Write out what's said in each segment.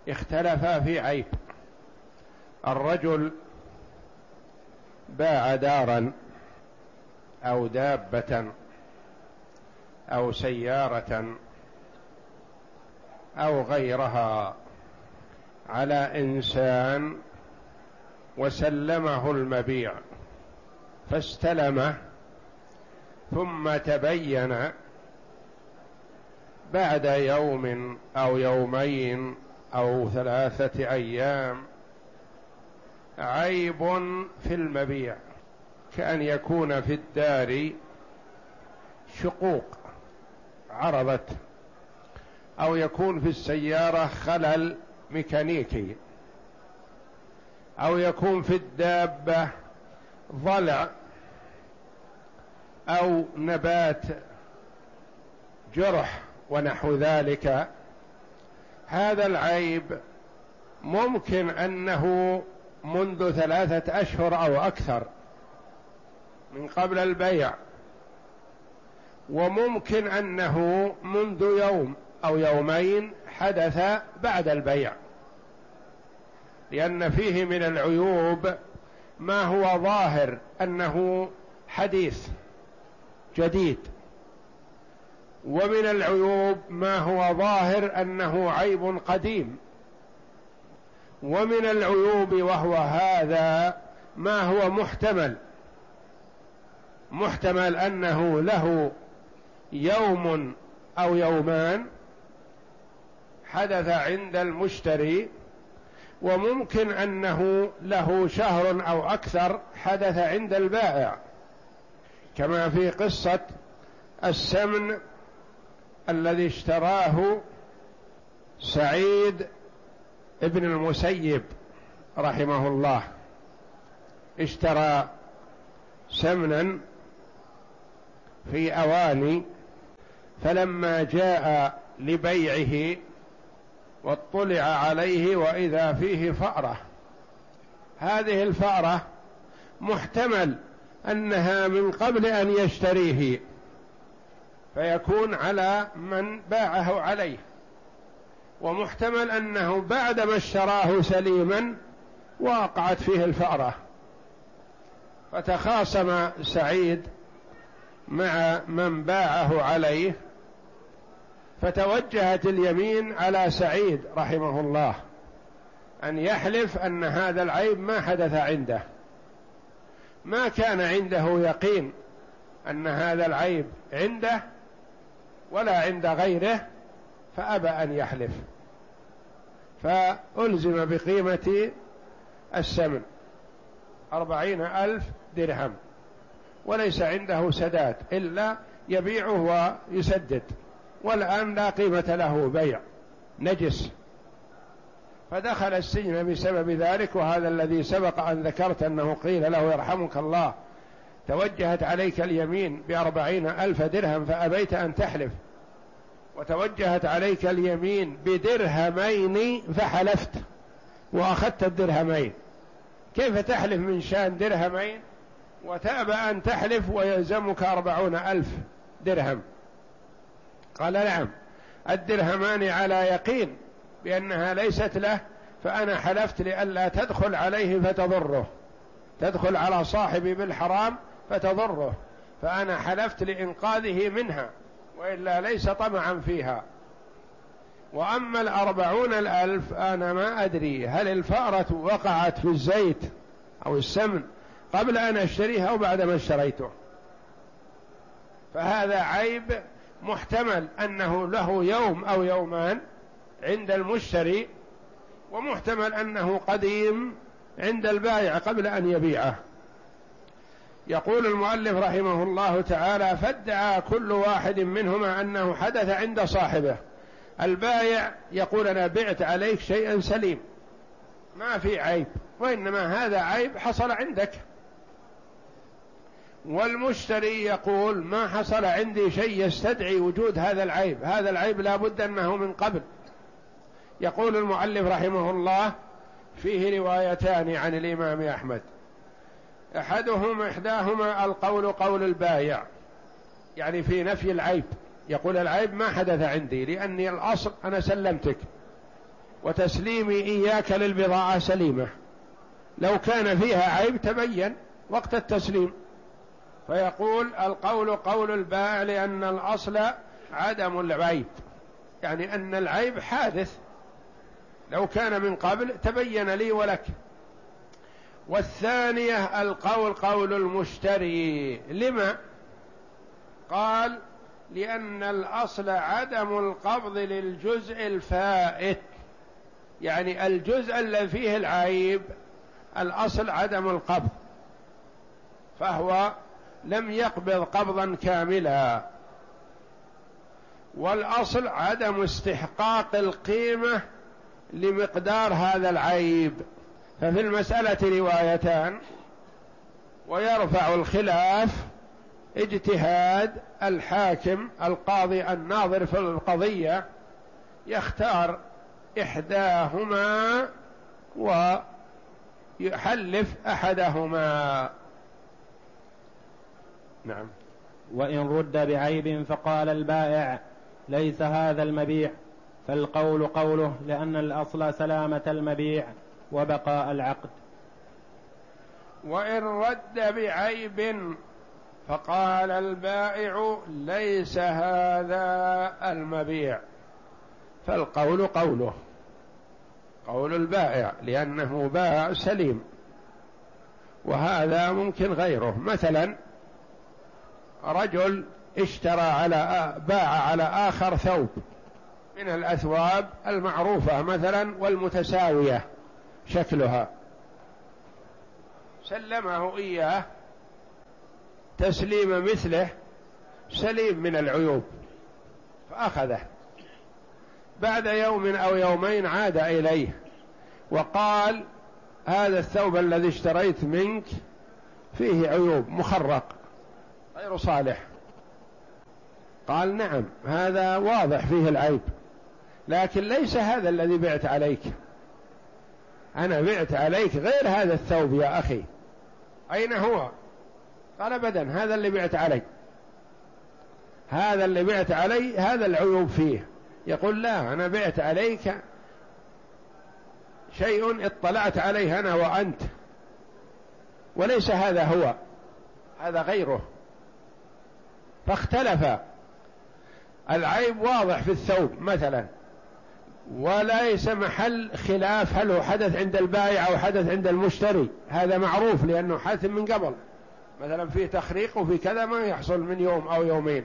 اختلفا في عيب. الرجل باع دارا أو دابة أو سيارة أو غيرها على إنسان وسلمه المبيع، فاستلمه، ثم تبين بعد يوم أو يومين أو 3 أيام عيب في المبيع، كأن يكون في الدار شقوق عرضت، أو يكون في السيارة خلل ميكانيكي، أو يكون في الدابة ضلع أو نبات جرح ونحو ذلك. هذا العيب ممكن أنه منذ 3 أشهر أو أكثر من قبل البيع، وممكن أنه منذ يوم أو يومين حدث بعد البيع، لأن فيه من العيوب ما هو ظاهر أنه حديث جديد، ومن العيوب ما هو ظاهر أنه عيب قديم، ومن العيوب وهو هذا ما هو محتمل أنه له يوم أو يومان حدث عند المشتري، وممكن أنه له شهر أو أكثر حدث عند البائع، كما في قصة السمن الذي اشتراه سعيد ابن المسيب رحمه الله. اشترى سمنا في أواني، فلما جاء لبيعه واطلع عليه وإذا فيه فأرة، هذه الفأرة محتمل أنها من قبل أن يشتريه، فيكون على من باعه عليه، ومحتمل أنه بعدما اشتراه سليما وقعت فيه الفأرة، فتخاصم سعيد مع من باعه عليه، فتوجهت اليمين على سعيد رحمه الله أن يحلف أن هذا العيب ما حدث عنده، ما كان عنده يقين أن هذا العيب عنده ولا عند غيره، فأبى أن يحلف، فألزم بقيمة السمن 40,000 درهم، وليس عنده سداد إلا يبيعه ويسدد، والآن لا قيمة له، بيع نجس، فدخل السجن بسبب ذلك. وهذا الذي سبق أن ذكرت أنه قيل له يرحمك الله توجهت عليك اليمين ب40,000 درهم فأبيت أن تحلف، وتوجهت عليك اليمين بدرهمين فحلفت وأخذت الدرهمين، كيف تحلف من شان درهمين وتأبى أن تحلف ويلزمك 40,000 درهم؟ قال نعم، الدرهمان على يقين بأنها ليست له، فأنا حلفت لئلا تدخل عليه فتضره، تدخل على صاحبي بالحرام فتضره، فأنا حلفت لإنقاذه منها، وإلا ليس طمعا فيها. وأما 40,000 أنا ما أدري هل الفأرة وقعت في الزيت أو السمن قبل أن أشتريها أو بعد ما اشتريته، فهذا عيب محتمل أنه له يوم أو يومان عند المشتري، ومحتمل أنه قديم عند البائع قبل أن يبيعه. يقول المؤلف رحمه الله تعالى: فادعى كل واحد منهما أنه حدث عند صاحبه. البائع يقول أنا بعت عليك شيئا سليم ما في عيب، وإنما هذا عيب حصل عندك. والمشتري يقول ما حصل عندي شيء يستدعي وجود هذا العيب، هذا العيب لا بد أنه من قبل. يقول المؤلف رحمه الله: فيه روايتان عن الإمام أحمد، إحداهما القول قول البائع، يعني في نفي العيب، يقول العيب ما حدث عندي لأني الأصل أنا سلمتك، وتسليمي إياك للبضاعة سليمة، لو كان فيها عيب تبين وقت التسليم. فيقول القول قول البائع لأن الأصل عدم العيب، يعني أن العيب حادث، لو كان من قبل تبين لي ولك. والثانية القول قول المشتري. لما؟ قال لأن الأصل عدم القبض للجزء الفائت، يعني الجزء الذي فيه العيب الأصل عدم القبض، فهو لم يقبض قبضا كاملا، والأصل عدم استحقاق القيمة لمقدار هذا العيب. ففي المسألة روايتان، ويرفع الخلاف اجتهاد الحاكم القاضي الناظر في القضية، يختار إحداهما ويحلف أحدهما. نعم. وإن رد بعيب فقال البائع ليس هذا المبيع، فالقول قوله لأن الأصل سلامة المبيع وبقاء العقد. وإن رد بعيب فقال البائع ليس هذا المبيع، فالقول قوله قول البائع لأنه باع سليم، وهذا ممكن غيره. مثلا رجل باع على آخر ثوب من الأثواب المعروفة مثلا والمتساوية شكلها، سلمه إياه تسليم مثله سليم من العيوب، فأخذه. بعد يوم أو يومين عاد إليه وقال هذا الثوب الذي اشتريت منك فيه عيوب، مخرق غير صالح. قال نعم هذا واضح فيه العيب، لكن ليس هذا الذي بعت عليك، أنا بعت عليك غير هذا الثوب يا أخي، أين هو؟ قال أبدا هذا اللي بعت علي، هذا اللي بعت علي هذا العيوب فيه. يقول لا، أنا بعت عليك شيء اطلعت عليه أنا وأنت، وليس هذا هو، هذا غيره. فاختلف، العيب واضح في الثوب مثلا، وليس محل خلاف هل هو حدث عند البائع أو حدث عند المشتري، هذا معروف لأنه حدث من قبل، مثلا فيه تخريق وفي كذا ما يحصل من يوم أو يومين.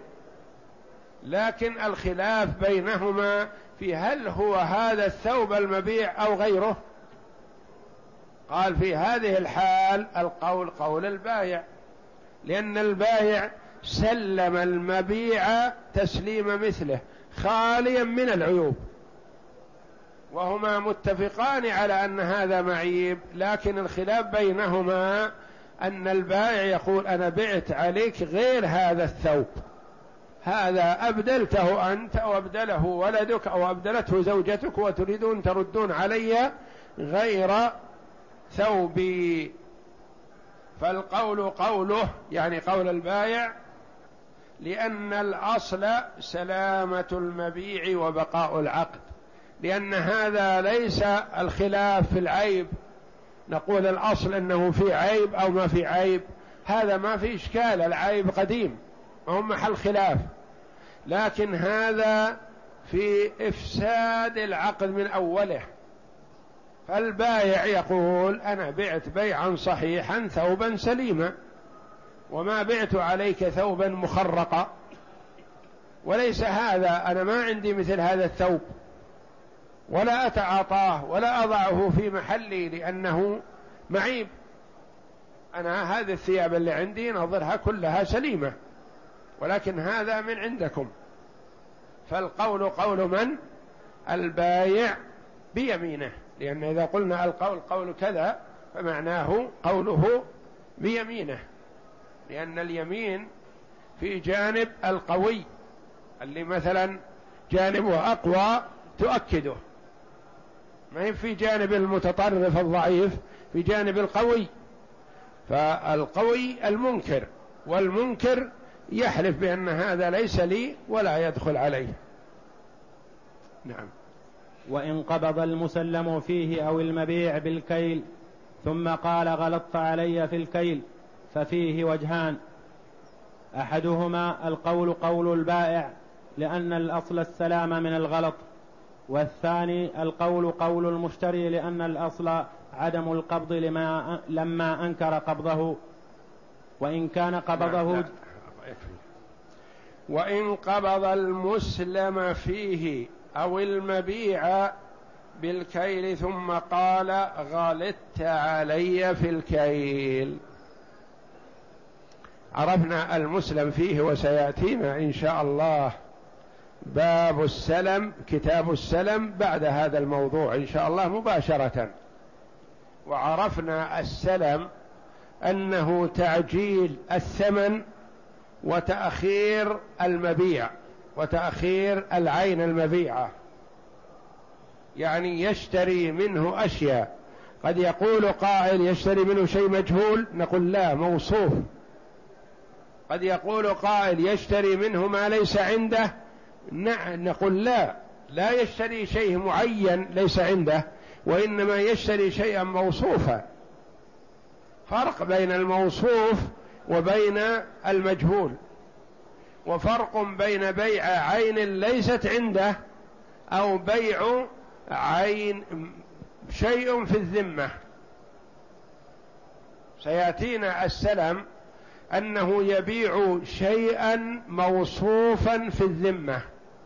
لكن الخلاف بينهما في هل هو هذا الثوب المبيع أو غيره. قال في هذه الحال القول قول البائع، لأن البائع سلم المبيع تسليم مثله خاليا من العيوب، وهما متفقان على أن هذا معيب، لكن الخلاف بينهما أن البائع يقول أنا بعت عليك غير هذا الثوب، هذا أبدلته أنت أو أبدله ولدك أو أبدلته زوجتك وتريدون تردون علي غير ثوبي. فالقول قوله يعني قول البائع لأن الأصل سلامة المبيع وبقاء العقد، لأن هذا ليس الخلاف في العيب، نقول الأصل أنه في عيب أو ما في عيب، هذا ما في إشكال، العيب قديم وهو محل خلاف، لكن هذا في إفساد العقد من أوله. فالبائع يقول أنا بعت بيعا صحيحا ثوبا سليما، وما بعت عليك ثوبا مخرقا، وليس هذا، أنا ما عندي مثل هذا الثوب ولا أتعاطاه ولا أضعه في محلي لأنه معيب، أنا هذه الثياب اللي عندي نظرها كلها سليمة، ولكن هذا من عندكم. فالقول قول من؟ البايع بيمينه، لأن إذا قلنا القول قول كذا فمعناه قوله بيمينه، لأن اليمين في جانب القوي اللي مثلا جانبه أقوى تؤكده، ما هي في جانب المتطرف الضعيف، في جانب القوي. فالقوي المنكر، والمنكر يحلف بأن هذا ليس لي ولا يدخل عليه. نعم. وإن قبض المسلم فيه أو المبيع بالكيل ثم قال غلطت علي في الكيل ففيه وجهان: أحدهما القول قول البائع لأن الأصل السلام من الغلط، والثاني القول قول المشتري لأن الأصل عدم القبض لما أنكر قبضه. وإن كان قبضه وإن قبض المسلم فيه أو المبيع بالكيل ثم قال غلطت علي في الكيل. عرفنا المسلم فيه، وسيأتينا إن شاء الله باب السلم، كتاب السلم بعد هذا الموضوع إن شاء الله مباشرة. وعرفنا السلم أنه تعجيل الثمن وتأخير المبيع وتأخير العين المبيعة، يعني يشتري منه أشياء. قد يقول قائل يشتري منه شيء مجهول، نقول لا، موصوف. قد يقول قائل يشتري منه ما ليس عنده، نقول لا يشتري شيء معين ليس عنده، وإنما يشتري شيئا موصوفا. فرق بين الموصوف وبين المجهول، وفرق بين بيع عين ليست عنده أو بيع عين شيء في الذمة. سيأتينا السلم أنه يبيع شيئا موصوفا في الذمة،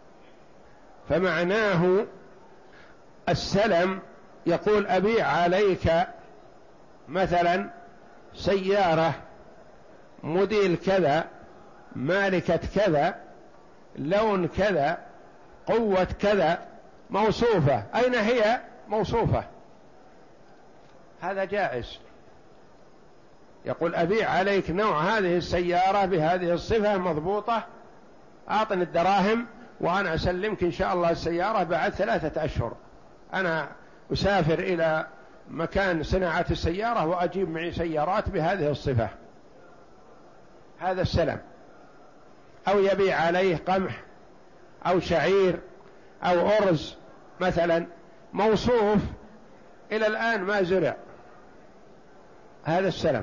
فمعناه السلم يقول أبيع عليك مثلا سيارة موديل كذا، ماركة كذا، لون كذا، قوة كذا، موصوفة. أين هي؟ موصوفة. هذا جائز. يقول أبيع عليك نوع هذه السيارة بهذه الصفة مضبوطة، أعطني الدراهم وأنا أسلمك إن شاء الله السيارة بعد 3 أشهر. أنا أسافر إلى مكان صناعة السيارة وأجيب معي سيارات بهذه الصفة. هذا السلم. أو يبيع عليه قمح أو شعير أو أرز مثلا موصوف إلى الآن ما زرع، هذا السلم.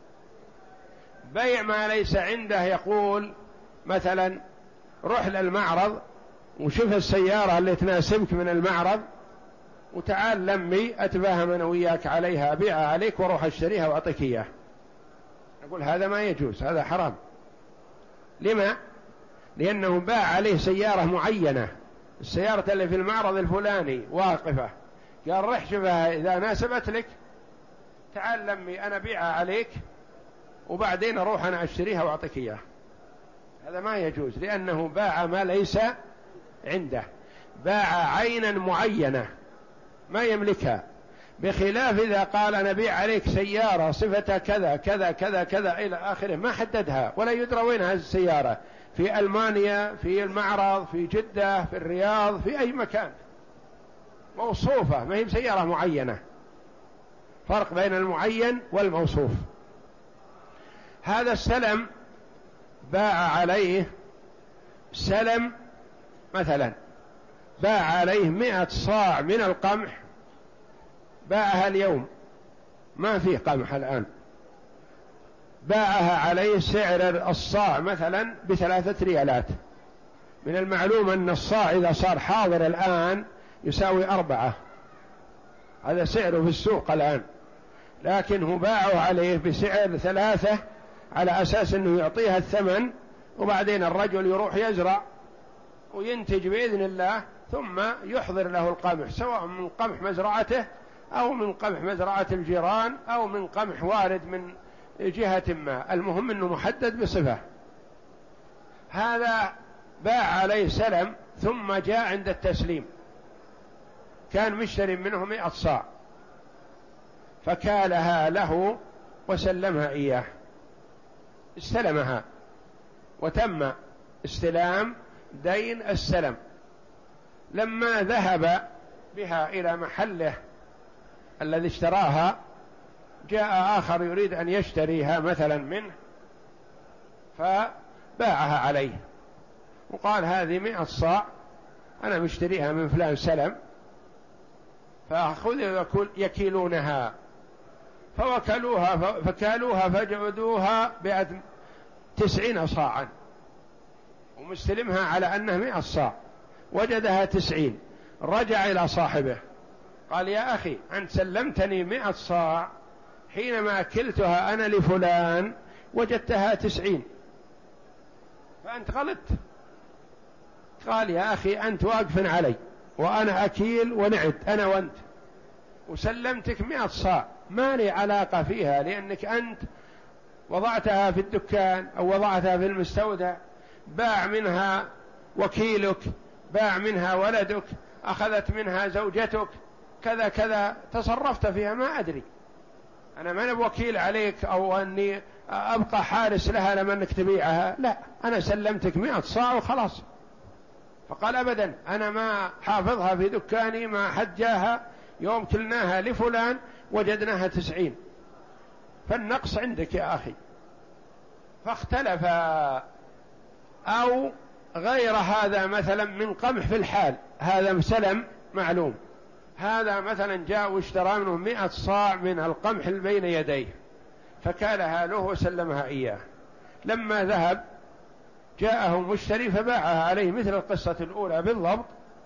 بيع ما ليس عنده، يقول مثلا روح للمعرض وشوف السيارة اللي تناسبك من المعرض وتعال لمي أتفاهم أنا وياك عليها، أبيعها عليك وروح أشتريها وأعطيك إياه. نقول هذا ما يجوز، هذا حرام. لما؟ لأنه باع عليه سيارة معينة، السيارة اللي في المعرض الفلاني واقفة، قال رح شوفها إذا ناسبت لك تعال لمي أنا بيعها عليك وبعدين أروح أنا أشتريها وأعطيك إياه. هذا ما يجوز، لأنه باع ما ليس عنده، باع عينا معينة ما يملكها. بخلاف إذا قال أنا بيع عليك سيارة صفتها كذا كذا كذا كذا إلى آخره، ما حددها ولا يدرى وين هذه السيارة، في ألمانيا، في المعرض، في جدة، في الرياض، في أي مكان، موصوفة، ما هي سيارة معينة. فرق بين المعين والموصوف. هذا السلم باع عليه سلم، مثلا باع عليه 100 صاع من القمح، باعها اليوم ما فيه قمح الآن، باعها عليه سعر الصاع مثلا ب3 ريالات. من المعلوم أن الصاع إذا صار حاضر الآن يساوي 4، هذا سعره في السوق الآن، لكن هو باعه عليه بسعر 3 على أساس أنه يعطيها الثمن، وبعدين الرجل يروح يزرع وينتج بإذن الله، ثم يحضر له القمح، سواء من قمح مزرعته أو من قمح مزرعة الجيران أو من قمح وارد من جهة ما، المهم أنه محدد بصفة. هذا باع عليه سلم، ثم جاء عند التسليم كان مشتري منه 100 صاع، فكالها له وسلمها إياه، استلمها وتم استلام دين السلم. لما ذهب بها إلى محله الذي اشتراها، جاء آخر يريد أن يشتريها مثلا منه، فباعها عليه وقال هذه 100 صاع أنا مشتريها من فلان سلم فأخذوا يكيلونها، فكالوها فجعدوها 90 صاعا، ومستلمها على أنها 100 صاع، وجدها 90. رجع إلى صاحبه قال: يا أخي، أنت سلمتني 100 صاع، حينما كلتها أنا لفلان وجدتها 90، فأنت غلطت. قال: يا أخي، أنت واقف علي وأنا أكيل ونعد أنا وأنت، وسلمتك 100 صاع، ما لي علاقة فيها، لأنك أنت وضعتها في الدكان أو وضعتها في المستودع، باع منها وكيلك، باع منها ولدك، أخذت منها زوجتك، كذا كذا، تصرفت فيها، ما أدري، أنا ما بوكيل عليك أو أني أبقى حارس لها لما أنك تبيعها، لا، أنا سلمتك 100 صاع وخلاص. فقال: أبدا، أنا ما حافظها في دكاني، ما حد جاها، يوم كلناها لفلان وجدناها 90، فالنقص عندك يا أخي. فاختلف. أو غير هذا مثلا من قمح في الحال، هذا سلم معلوم، هذا مثلا جاء واشترى منه 100 صاع من القمح بين يديه، فكالها له وسلمها إياه. لما ذهب جاءه مشتري فباعها عليه مثل القصة الأولى بالضبط،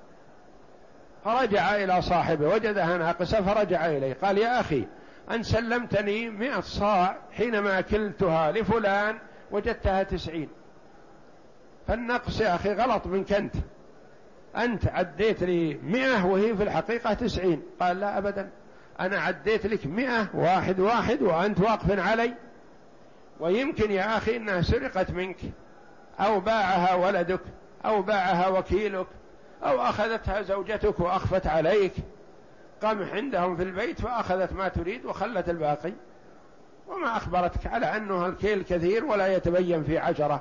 فرجع إلى صاحبه وجدها ناقصة، فرجع إليه قال: يا أخي، أن سلمتني 100 صاع حينما كلتها لفلان وجدتها 90، فالنقص يا أخي غلط منك، أنت عديت لي 100 وهي في الحقيقة 90. قال: لا أبدا، أنا عديت لك 100 واحد وأنت واقف علي، ويمكن يا أخي إنها سرقت منك، أو باعها ولدك، أو باعها وكيلك، أو أخذتها زوجتك وأخفت عليك قمح عندهم في البيت، فأخذت ما تريد وخلت الباقي، وما أخبرتك على أنه الكيل كثير ولا يتبين في عشرة.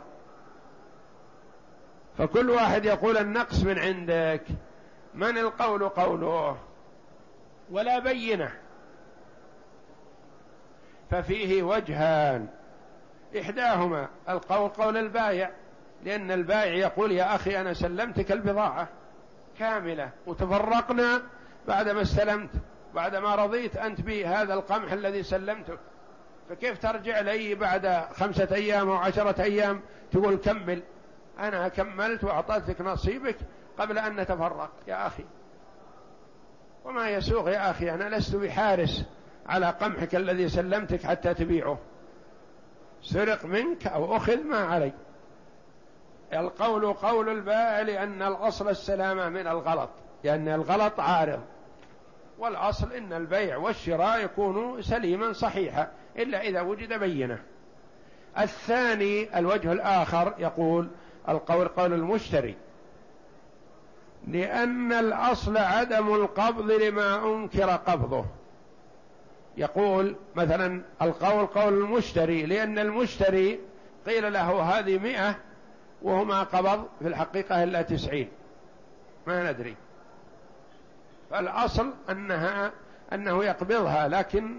فكل واحد يقول النقص من عندك، من القول قوله ولا بينه، ففيه وجهان، إحداهما القول قول البائع، لأن البائع يقول: يا أخي، أنا سلمتك البضاعة كاملة وتفرقنا بعدما استلمت، بعدما رضيت أنت بهذا القمح الذي سلمتك، فكيف ترجع لي بعد 5 أيام أو 10 أيام تقول كمل؟ أنا كملت وأعطيتك نصيبك قبل أن نتفرق يا أخي. وما يسوغ يا أخي، أنا لست بحارس على قمحك الذي سلمتك حتى تبيعه، سرق منك أو أخذ ما علي. القول قول البائع، لأن الأصل السلامة من الغلط، لأن الغلط عارض، والأصل إن البيع والشراء يكون سليما صحيحا إلا إذا وجد بينة. الثاني الوجه الآخر يقول القول قول المشتري، لأن الأصل عدم القبض لما أنكر قبضه. يقول مثلا القول قول المشتري، لأن المشتري قيل له هذه 100 وهو ما قبض في الحقيقة إلا 90، ما ندري، فالأصل أنه يقبضها، لكن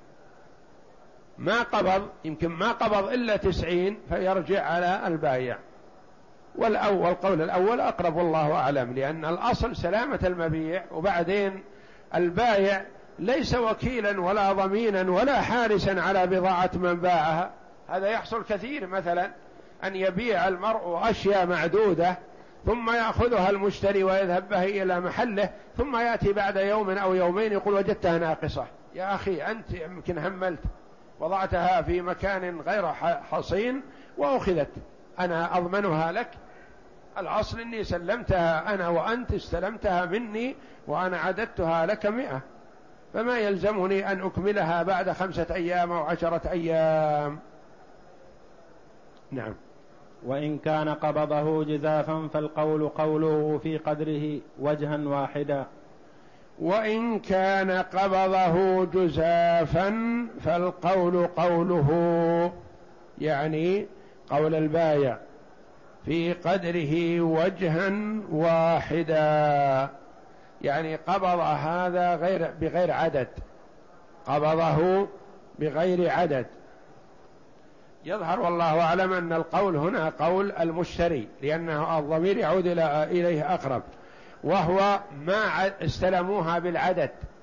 ما قبض، يمكن ما قبض إلا 90، فيرجع على البائع. والأول قول الأول أقرب والله أعلم، لأن الأصل سلامة المبيع، وبعدين البائع ليس وكيلا ولا ضمينا ولا حارسا على بضاعة من باعها. هذا يحصل كثير، مثلا أن يبيع المرء أشياء معدودة ثم يأخذها المشتري ويذهب بها إلى محله، ثم يأتي بعد يوم أو يومين يقول وجدتها ناقصة. يا أخي، أنت يمكن هملت وضعتها في مكان غير حصين وأخذت، أنا أضمنها لك، الأصل أني سلمتها أنا وأنت استلمتها مني وأنا عددتها لك 100، فما يلزمني أن أكملها بعد 5 أيام أو 10 أيام. نعم. وإن كان قبضه جزافا فالقول قوله في قدره وجها واحدا. وإن كان قبضه جزافا فالقول قوله، يعني قول البايع، في قدره وجها واحدا، يعني قبض هذا بغير عدد، قبضه بغير عدد. يظهر والله أعلم أن القول هنا قول المشتري، لأنه الضمير يعود إليه أقرب، وهو ما استلموها بالعدد،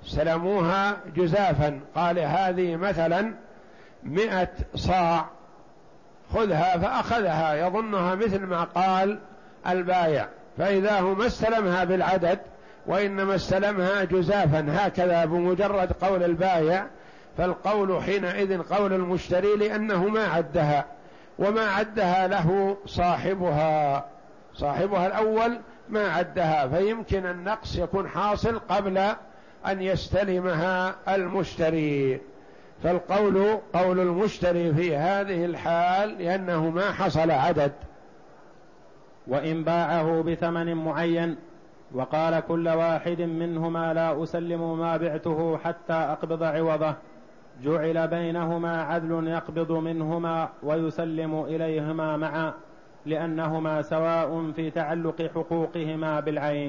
سلموها جزافا، قال هذه مثلا 100 صاع خذها، فأخذها يظنها مثل ما قال البايع، فإذا هو ما استلمها بالعدد وإنما استلمها جزافا هكذا بمجرد قول البايع، فالقول حينئذ قول المشتري لأنه ما عدها، وما عدها له صاحبها الأول ما عدها، فيمكن النقص يكون حاصل قبل أن يستلمها المشتري، فالقول قول المشتري في هذه الحال لأنه ما حصل عدد. وإن باعه بثمن معين وقال كل واحد منهما لا أسلم ما بعته حتى أقبض عوضه، جعل بينهما عدل يقبض منهما ويسلم إليهما معا، لأنهما سواء في تعلق حقوقهما بالعين.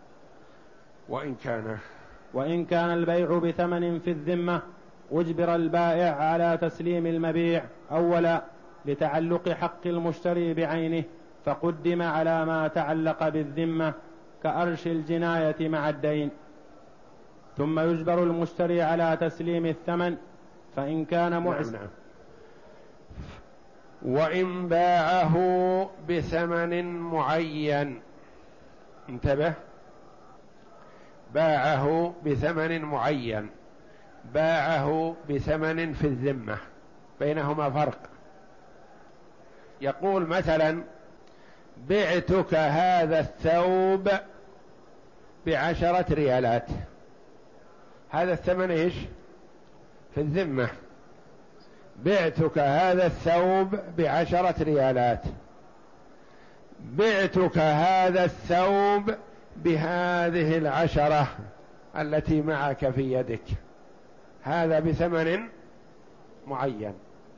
وإن كان البيع بثمن في الذمة أجبر البائع على تسليم المبيع أولا لتعلق حق المشتري بعينه، فقدم على ما تعلق بالذمة كأرش الجناية مع الدين، ثم يجبر المشتري على تسليم الثمن فإن كان نعم. وإن باعه بثمن معين، انتبه، باعه بثمن معين، باعه بثمن في الذمة، بينهما فرق. يقول مثلا بعتك هذا الثوب ب10 ريالات، هذا الثمن ايش؟ في الذمة. بعتك هذا الثوب ب10 ريالات، بعتك هذا الثوب بهذه 10 التي معك في يدك، هذا بثمن معين.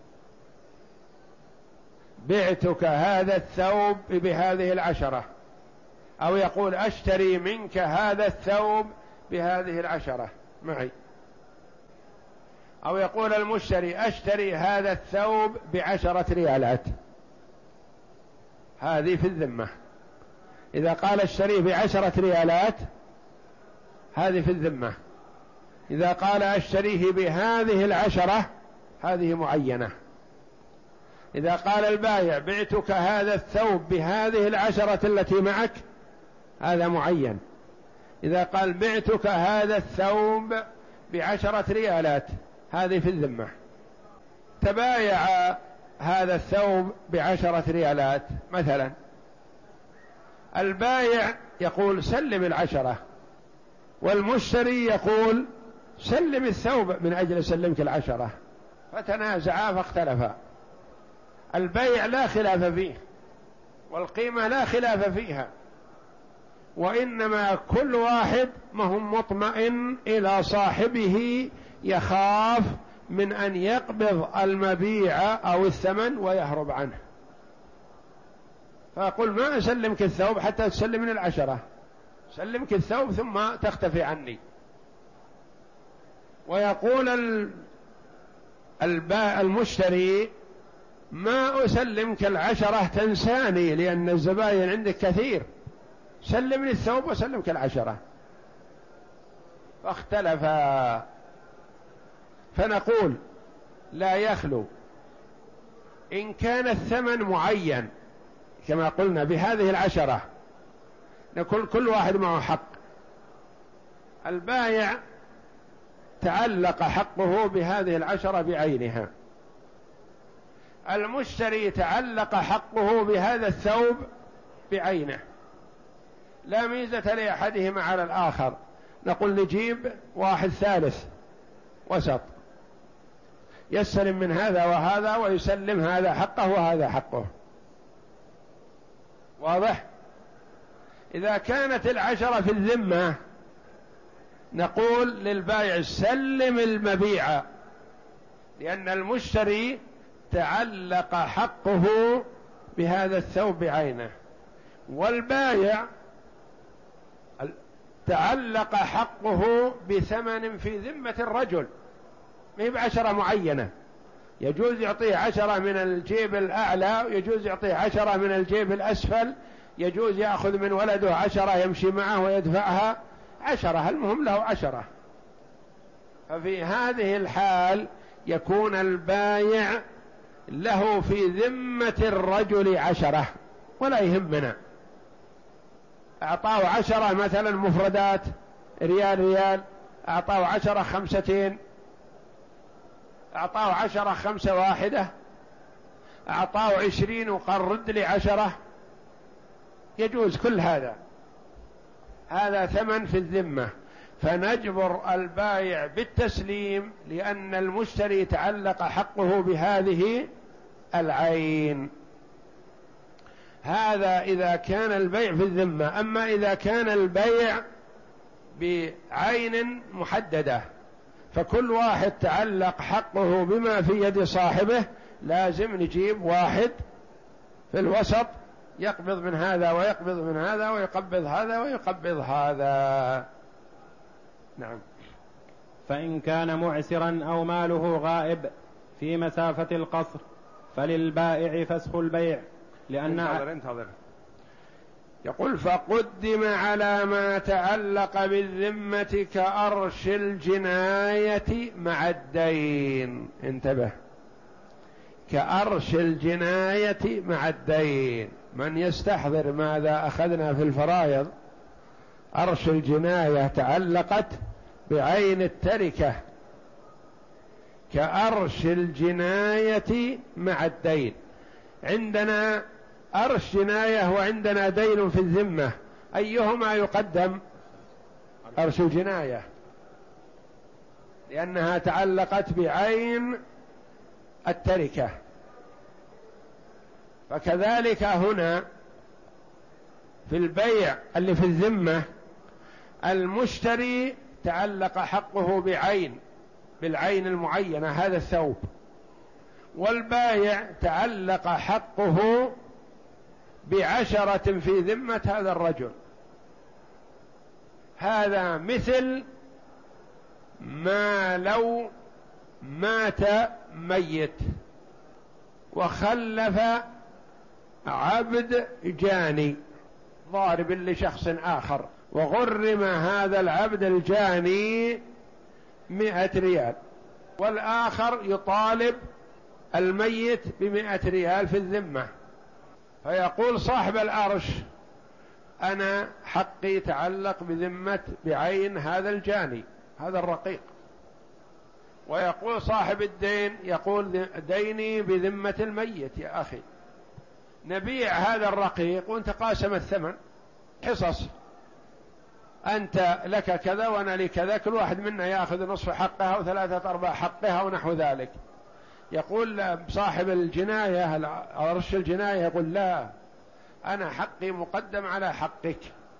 بعتك هذا الثوب بهذه 10، أو يقول أشتري منك هذا الثوب بهذه 10 معي، أو يقول المشتري أشتري هذا الثوب ب10 ريالات، هذه في الذمة. إذا قال اشتريه ب10 ريالات هذه في الذمة. إذا قال أشتريه بهذه 10 هذه معينة. إذا قال البائع بعتك هذا الثوب بهذه 10 التي معك هذا معين. إذا قال بعتك هذا الثوب ب10 ريالات هذه في الذمة. تبايع هذا الثوب ب10 ريالات مثلا، البائع يقول سلم 10، والمشتري يقول سلم الثوب من أجل سلمك 10، فتنازعا فاختلفا. البيع لا خلاف فيه، والقيمة لا خلاف فيها، وإنما كل واحد ما هو مطمئن إلى صاحبه، يخاف من أن يقبض المبيع أو الثمن ويهرب عنه، فأقول ما أسلمك الثوب حتى تسلمني 10، سلمك الثوب ثم تختفي عني. ويقول المشتري ما أسلمك 10 تنساني لأن الزباين عندك كثير، سلمني الثوب وسلمك 10. فاختلفا، فنقول لا يخلو إن كان الثمن معين كما قلنا بهذه 10، نقول كل واحد معه حق. البائع تعلق حقه بهذه 10 بعينها، المشتري تعلق حقه بهذا الثوب بعينه، لا ميزة لأحدهما على الآخر. نقول نجيب واحد ثالث وسط يستلم من هذا وهذا ويسلم هذا حقه وهذا حقه. واضح؟ إذا كانت 10 في الذمة نقول للبائع سلم المبيع، لأن المشتري تعلق حقه بهذا الثوب بعينه، والبائع تعلق حقه بثمن في ذمة الرجل، ما هي ب10 معينة، يجوز يعطيه 10 من الجيب الأعلى، ويجوز يعطيه 10 من الجيب الأسفل، يجوز يأخذ من ولده 10 يمشي معه ويدفعها 10، المهم له 10. ففي هذه الحال يكون البايع له في ذمة الرجل 10 ولا يهمنا، أعطاه 10 مثلا مفردات ريال، أعطاه 10 5، أعطاه 10 5 واحدة، أعطاه 20 وقال رد لي 10، يجوز كل هذا، هذا ثمن في الذمة، فنجبر البايع بالتسليم لأن المشتري تعلق حقه بهذه العين. هذا إذا كان البيع في الذمة. أما إذا كان البيع بعين محددة فكل واحد تعلق حقه بما في يد صاحبه، لازم نجيب واحد في الوسط يقبض من هذا ويقبض من هذا ويقبض هذا ويقبض هذا. نعم. فإن كان معسرا أو ماله غائب في مسافة القصر فللبائع فسخ البيع، لأن انتظر. يقول فقدم على ما تعلق بالذمة كأرش الجناية مع الدين. انتبه، كأرش الجناية مع الدين. من يستحضر ماذا أخذنا في الفرائض؟ أرش الجناية تعلقت بعين التركة، كأرش الجناية مع الدين. عندنا أرش جناية وعندنا دين في الذمة، أيهما يقدم؟ أرش الجناية، لأنها تعلقت بعين التركة. فكذلك هنا في البيع اللي في الذمة المشتري تعلق حقه بالعين المعينة، هذا الثوب، والبايع تعلق حقه ب10 في ذمة هذا الرجل. هذا مثل ما لو مات ميت وخلف عبد جاني ضارب لشخص آخر، وغرم هذا العبد الجاني 100 ريال، والآخر يطالب الميت ب100 ريال في الذمة، فيقول صاحب الأرش أنا حقي تعلق بعين هذا الجاني هذا الرقيق، ويقول صاحب الدين يقول ديني بذمة الميت. يا أخي نبيع هذا الرقيق ونتقاسم الثمن حصص، أنت لك كذا وأنا لي كذا، كل واحد منا يأخذ نصف حقها و3/4 حقها ونحو ذلك. يقول صاحب الجناية أرش الجناية يقول لا، أنا حقي مقدم على حقك،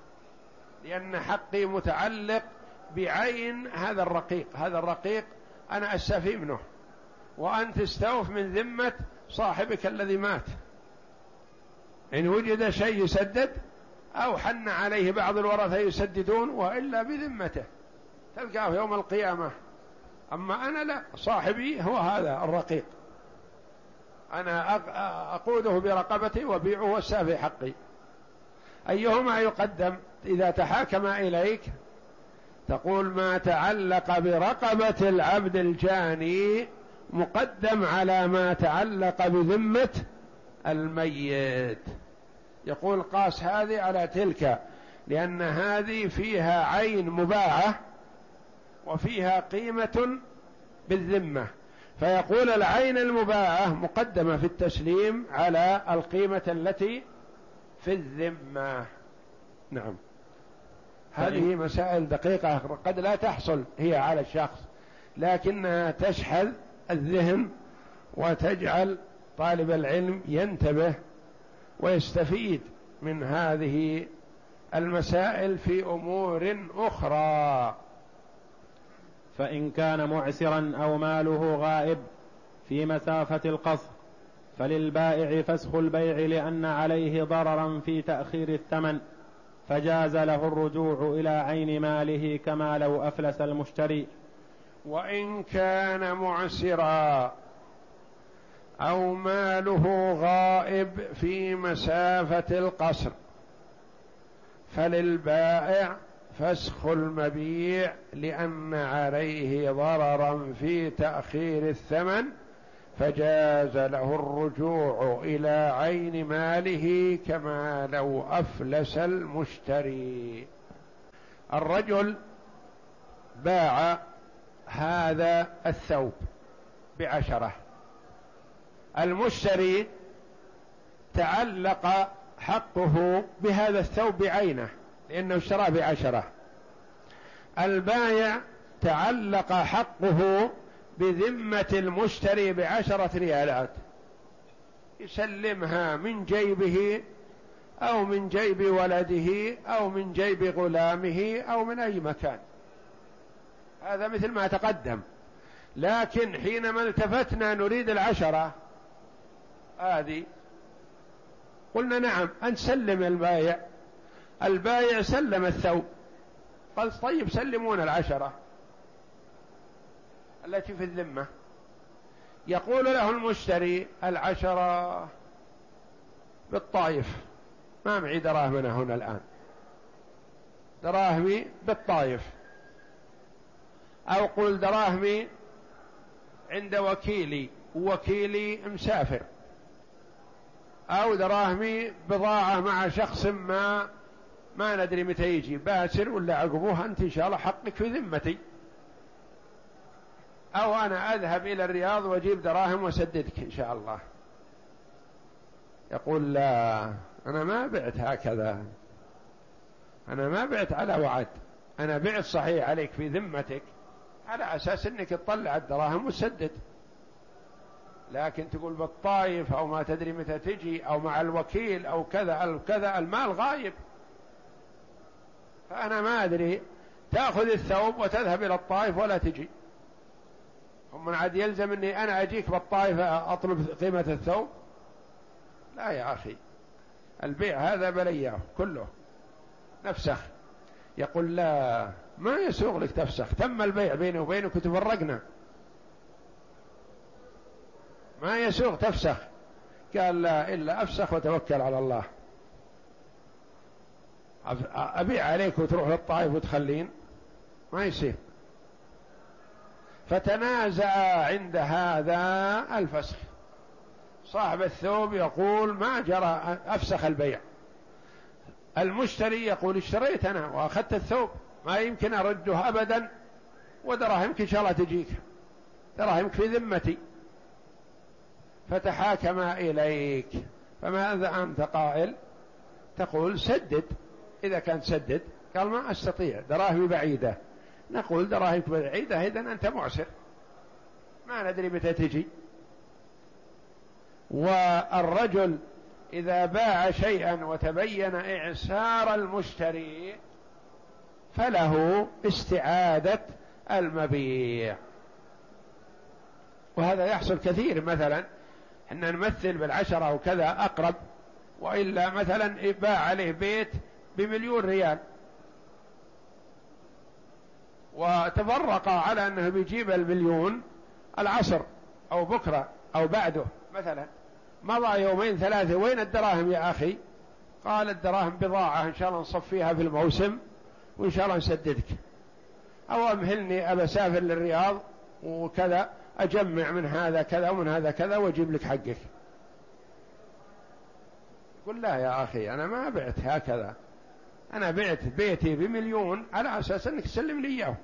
لأن حقي متعلق بعين هذا الرقيق، هذا الرقيق أنا أستفي منه، وأنت استوف من ذمة صاحبك الذي مات. إن وجد شيء يسدد أو حن عليه بعض الورثة يسددون، وإلا بذمته تلقاه يوم القيامة. أما أنا لا، صاحبي هو هذا الرقيق، أنا أقوده برقبتي وبيعه واستفي حقي. أيهما يقدم؟ إذا تحاكم إليك تقول ما تعلق برقبة العبد الجاني مقدم على ما تعلق بذمة الميت. يقول قاس هذه على تلك، لأن هذه فيها عين مباعة وفيها قيمة بالذمة، فيقول العين المباعة مقدمة في التسليم على القيمة التي في الذمة. نعم. هذه مسائل دقيقة قد لا تحصل هي على الشخص، لكنها تشحذ الذهن وتجعل طالب العلم ينتبه ويستفيد من هذه المسائل في أمور أخرى. فإن كان معسرا أو ماله غائب في مسافة القصر فللبائع فسخ البيع، لأن عليه ضررا في تأخير الثمن، فجاز له الرجوع إلى عين ماله كما لو أفلس المشتري. وإن كان معسرا أو ماله غائب في مسافة القصر فللبائع فسخ المبيع لأن عليه ضررا في تأخير الثمن، فجاز له الرجوع إلى عين ماله كما لو أفلس المشتري. الرجل باع هذا الثوب ب10، المشتري تعلق حقه بهذا الثوب بعينه لأنه اشتراه ب10، البائع تعلق حقه بذمة المشتري ب10 ريالات، يسلمها من جيبه أو من جيب ولده أو من جيب غلامه أو من أي مكان، هذا مثل ما تقدم. لكن حينما التفتنا نريد 10 هذه، قلنا نعم أن سلم البائع، البائع سلم الثوب، قال طيب سلمون 10 التي في الذمة. يقول له المشتري 10 بالطائف، ما معي دراهمنا هنا الآن، دراهمي بالطائف، أو قل دراهمي عند وكيلي ووكيلي مسافر، أو دراهمي بضاعة مع شخص ما ندري متى يجي، باسر ولا عقبوها، أنت إن شاء الله حقك في ذمتي، أو أنا أذهب إلى الرياض وأجيب دراهم وسددك إن شاء الله. يقول لا، أنا ما بعت هكذا، أنا ما بعت على وعد، أنا بعت صحيح عليك في ذمتك على أساس أنك تطلع الدراهم وتسدد، لكن تقول بالطائف أو ما تدري متى تجي أو مع الوكيل أو كذا أو كذا، المال غايب، فأنا ما أدري، تأخذ الثوب وتذهب إلى الطائف ولا تجي، هم عاد يلزم أني أنا أجيك بالطائف أطلب قيمة الثوب؟ لا يا أخي، البيع هذا بليه كله نفسخ. يقول لا، ما يسوغ لك تفسخ، تم البيع بيني وبينك وتفرقنا، ما يسوغ تفسخ. قال لا، إلا أفسخ وتوكل على الله، أبيع عليك وتروح للطائف وتخلين، ما يصير. فتنازع عند هذا الفسخ، صاحب الثوب يقول ما جرى، أفسخ البيع، المشتري يقول اشتريت أنا وأخذت الثوب، ما يمكن أرده أبدا، ودراهمك إن شاء الله تجيك، دراهمك في ذمتي، فتحاكم إليك، فماذا أنت قائل؟ تقول سدد، إذا كان سدد. قال ما أستطيع، دراهمي بعيدة. نقول دراهمك بعيدة، إذن أنت معسر، ما ندري متى تجي. والرجل إذا باع شيئا وتبين إعسار المشتري فله استعادة المبيع، وهذا يحصل كثير. مثلا إحنا نمثل بال10 أو كذا أقرب، وإلا مثلا باع عليه بيت ب1,000,000 ريال، وتفرق على أنه بيجيب 1,000,000 العصر أو بكرة أو بعده مثلا، مضى 2 3، وين الدراهم يا أخي؟ قال الدراهم بضاعة إن شاء الله نصفيها في الموسم وإن شاء الله نسددك، أو أمهلني أبى أسافر للرياض وكذا، أجمع من هذا كذا ومن هذا كذا وأجيب لك حقك. قل لا يا أخي، أنا ما بعت هكذا، أنا بعت بيتي ب1,000,000 على أساس أنك تسلم لي إياه.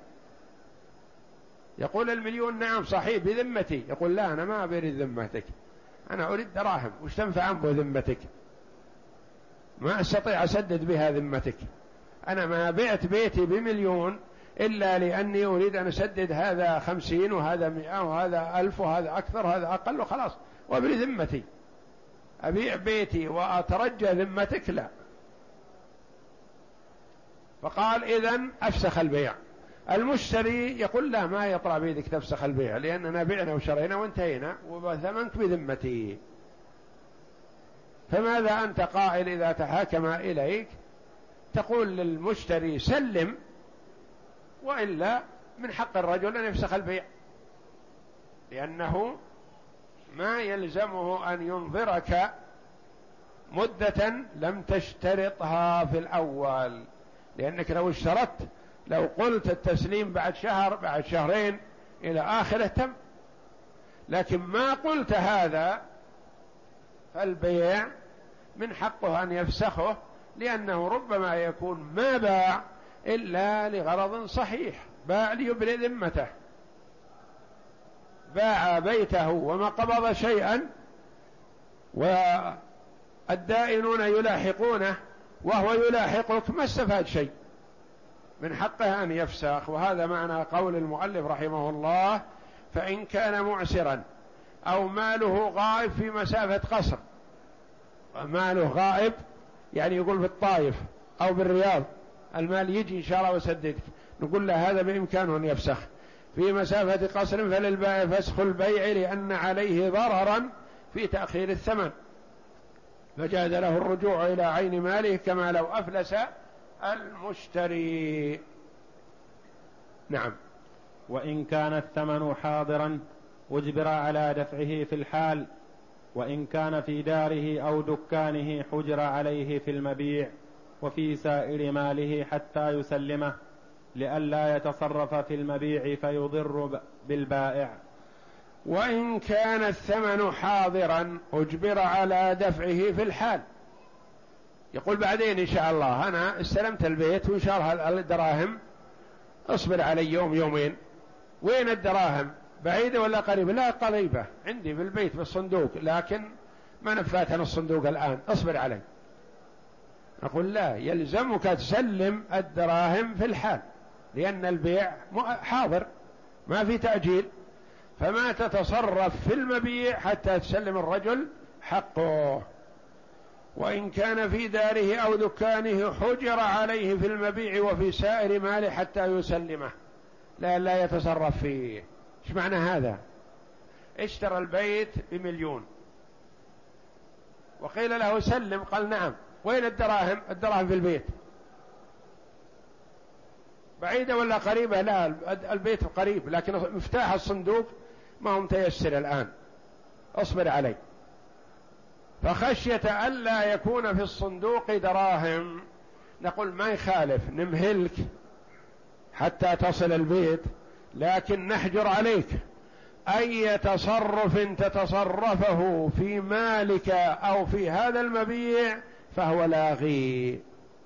يقول 1,000,000 نعم صحيح بذمتي، يقول لا، أنا ما أريد ذمتك، أنا أريد دراهم، وش تنفع عنه ذمتك؟ ما أستطيع أسدد بها ذمتك، أنا ما بعت بيتي ب1,000,000 إلا لأني أريد أن أسدد هذا 50 وهذا 100 وهذا 1000 وهذا أكثر وهذا أقل وخلاص، وأبري ذمتي، أبيع بيتي وأترجى ذمتك؟ لا. فقال إذن أفسخ البيع. المشتري يقول لا، ما يطلع بيدك تفسخ البيع، لأننا بعنا وشرينا وانتهينا وثمنك بذمتي. فماذا أنت قائل إذا تحاكم إليك؟ تقول للمشتري سلم، وإلا من حق الرجل أن يفسخ البيع، لأنه ما يلزمه أن ينظرك مدة لم تشترطها في الأول، لأنك لو قلت التسليم بعد شهر بعد شهرين إلى آخره تم، لكن ما قلت هذا فالبيع من حقه أن يفسخه، لأنه ربما يكون ما باع إلا لغرض صحيح، باع ليبرئ ذمته، باع بيته وما قبض شيئا والدائنون يلاحقونه وهو يلاحقك، ما استفاد شيء، من حقه أن يفسخ. وهذا معنى قول المؤلف رحمه الله: فإن كان معسرا أو ماله غائب في مسافة قصر. ماله غائب يعني يقول في الطائف أو بالرياض، المال يجي إن شاء الله وسددك، نقول له هذا بإمكانه أن يفسخ. في مسافة قصر فللبائع فسخ البيع لأن عليه ضررا في تأخير الثمن، فجاز له الرجوع إلى عين ماله كما لو أفلس المشتري. نعم. وإن كان الثمن حاضرا أجبر على دفعه في الحال، وإن كان في داره أو دكانه حجر عليه في المبيع وفي سائر ماله حتى يسلمه، لئلا يتصرف في المبيع فيضر بالبائع. وإن كان الثمن حاضرا أجبر على دفعه في الحال. يقول بعدين إن شاء الله أنا استلمت البيت وإن شاء الله الدراهم أصبر علي يوم يومين. وين الدراهم؟ بعيدة ولا قريبة؟ لا قريبة، عندي في البيت بالصندوق، لكن ما نفاتنا الصندوق الآن، أصبر علي. أقول لا، يلزمك تسلم الدراهم في الحال، لأن البيع حاضر ما في تأجيل، فما تتصرف في المبيع حتى تسلم الرجل حقه. وإن كان في داره أو دكانه حجر عليه في المبيع وفي سائر ماله حتى يسلمه، لا يتصرف فيه. ايش معنى هذا؟ اشترى البيت ب1,000,000 وقيل له سلم، قال نعم. وين الدراهم؟ الدراهم في البيت. بعيدة ولا قريبة؟ لا، البيت قريب، لكن مفتاح الصندوق ما هو متيسر الآن، اصبر علي. فخشية ألا يكون في الصندوق دراهم، نقول ما يخالف نمهلك حتى تصل البيت، لكن نحجر عليك أي تصرف تتصرفه في مالك أو في هذا المبيع فهو لاغي.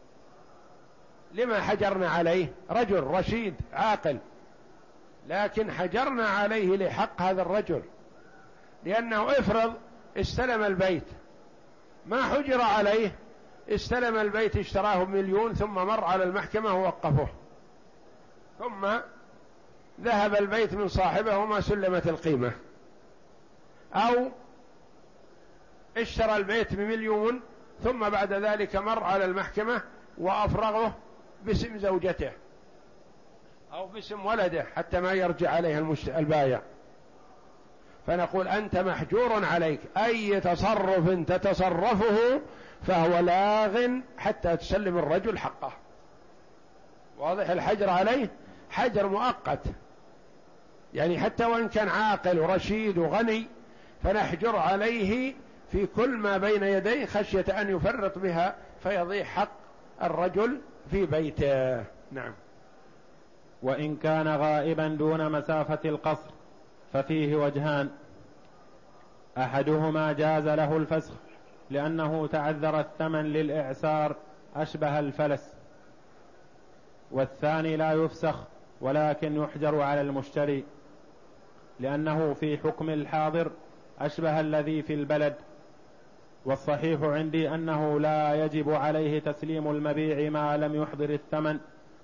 لما حجرنا عليه؟ رجل رشيد عاقل، لكن حجرنا عليه لحق هذا الرجل، لأنه افرض استلم البيت ما حجر عليه، استلم البيت اشتراه ب1,000,000 ثم مر على المحكمة ووقفه، ثم ذهب البيت من صاحبه وما سلمت القيمة، أو اشترى البيت ب1,000,000 ثم بعد ذلك مر على المحكمة وأفرغه باسم زوجته أو باسم ولده حتى ما يرجع عليه البايع، فنقول أنت محجور عليك أي تصرف تتصرفه فهو لاغ حتى تسلم الرجل حقه. واضح؟ الحجر عليه حجر مؤقت، يعني حتى وإن كان عاقل ورشيد وغني فنحجر عليه في كل ما بين يديه خشية أن يفرط بها فيضيع حق الرجل في بيته. نعم. وإن كان غائبا دون مسافة القصر ففيه وجهان: أحدهما جاز له الفسخ لأنه تعذر الثمن للإعسار أشبه الفلس، والثاني لا يفسخ ولكن يحجر على المشتري لأنه في حكم الحاضر أشبه الذي في البلد. والصحيح عندي أنه لا يجب عليه تسليم المبيع ما لم يحضر الثمن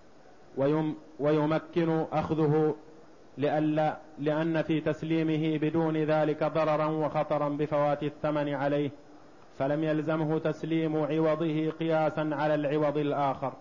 ويمكن أخذه، لأن في تسليمه بدون ذلك ضررا وخطرا بفوات الثمن عليه، فلم يلزمه تسليم عوضه قياسا على العوض الآخر.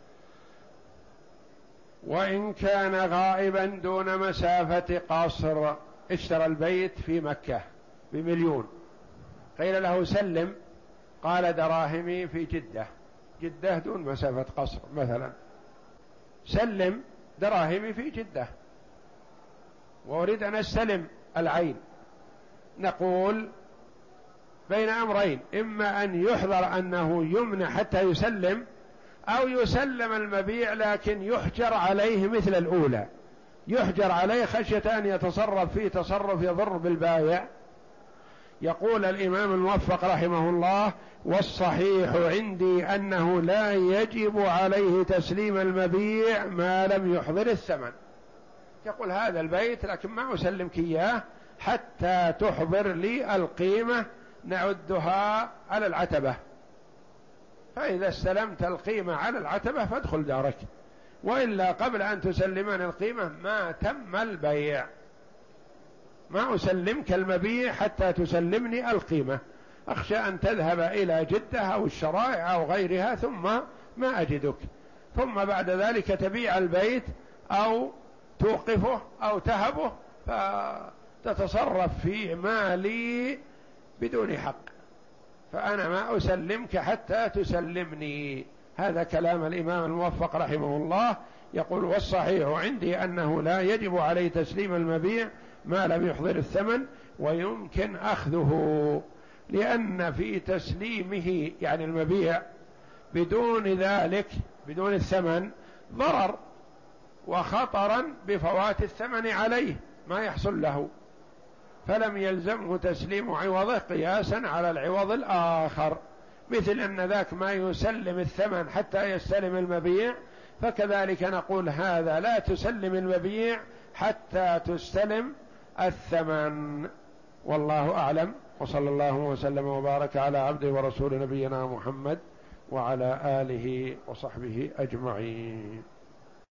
وإن كان غائبا دون مسافة قصر، اشترى البيت في مكة ب1,000,000 قيل له سلم، قال دراهمي في جدة دون مسافة قصر مثلا، سلم دراهمي في جدة وأريد أن أستلم العين، نقول بين أمرين: إما أن يحضر أنه يمنع حتى يسلم، أو يسلم المبيع لكن يحجر عليه مثل الأولى، يحجر عليه خشية أن يتصرف فيه تصرف يضر بالبائع. يقول الإمام الموفق رحمه الله: والصحيح عندي أنه لا يجب عليه تسليم المبيع ما لم يحضر الثمن. يقول هذا البيت لكن ما أسلمك إياه حتى تحضر لي القيمة نعدها على العتبة، فإذا استلمت القيمة على العتبة فادخل دارك، وإلا قبل أن تسلمني القيمة ما تم البيع. ما أسلمك المبيع حتى تسلمني القيمة، أخشى أن تذهب إلى جدة أو الشرائع أو غيرها ثم ما أجدك، ثم بعد ذلك تبيع البيت أو توقفه أو تهبه فتتصرف في مالي بدون حق، فأنا ما أسلمك حتى تسلمني. هذا كلام الإمام الموفق رحمه الله. يقول: والصحيح عندي أنه لا يجب عليه تسليم المبيع ما لم يحضر الثمن، ويمكن أخذه، لأن في تسليمه يعني المبيع بدون ذلك بدون الثمن ضرر وخطرا بفوات الثمن عليه ما يحصل له، فلم يلزمه تسليم عوضه قياسا على العوض الآخر، مثل أن ذاك ما يسلم الثمن حتى يستلم المبيع، فكذلك نقول هذا لا تسلم المبيع حتى تستلم الثمن. والله أعلم، وصلى الله وسلم وبارك على عبده ورسول نبينا محمد وعلى آله وصحبه أجمعين.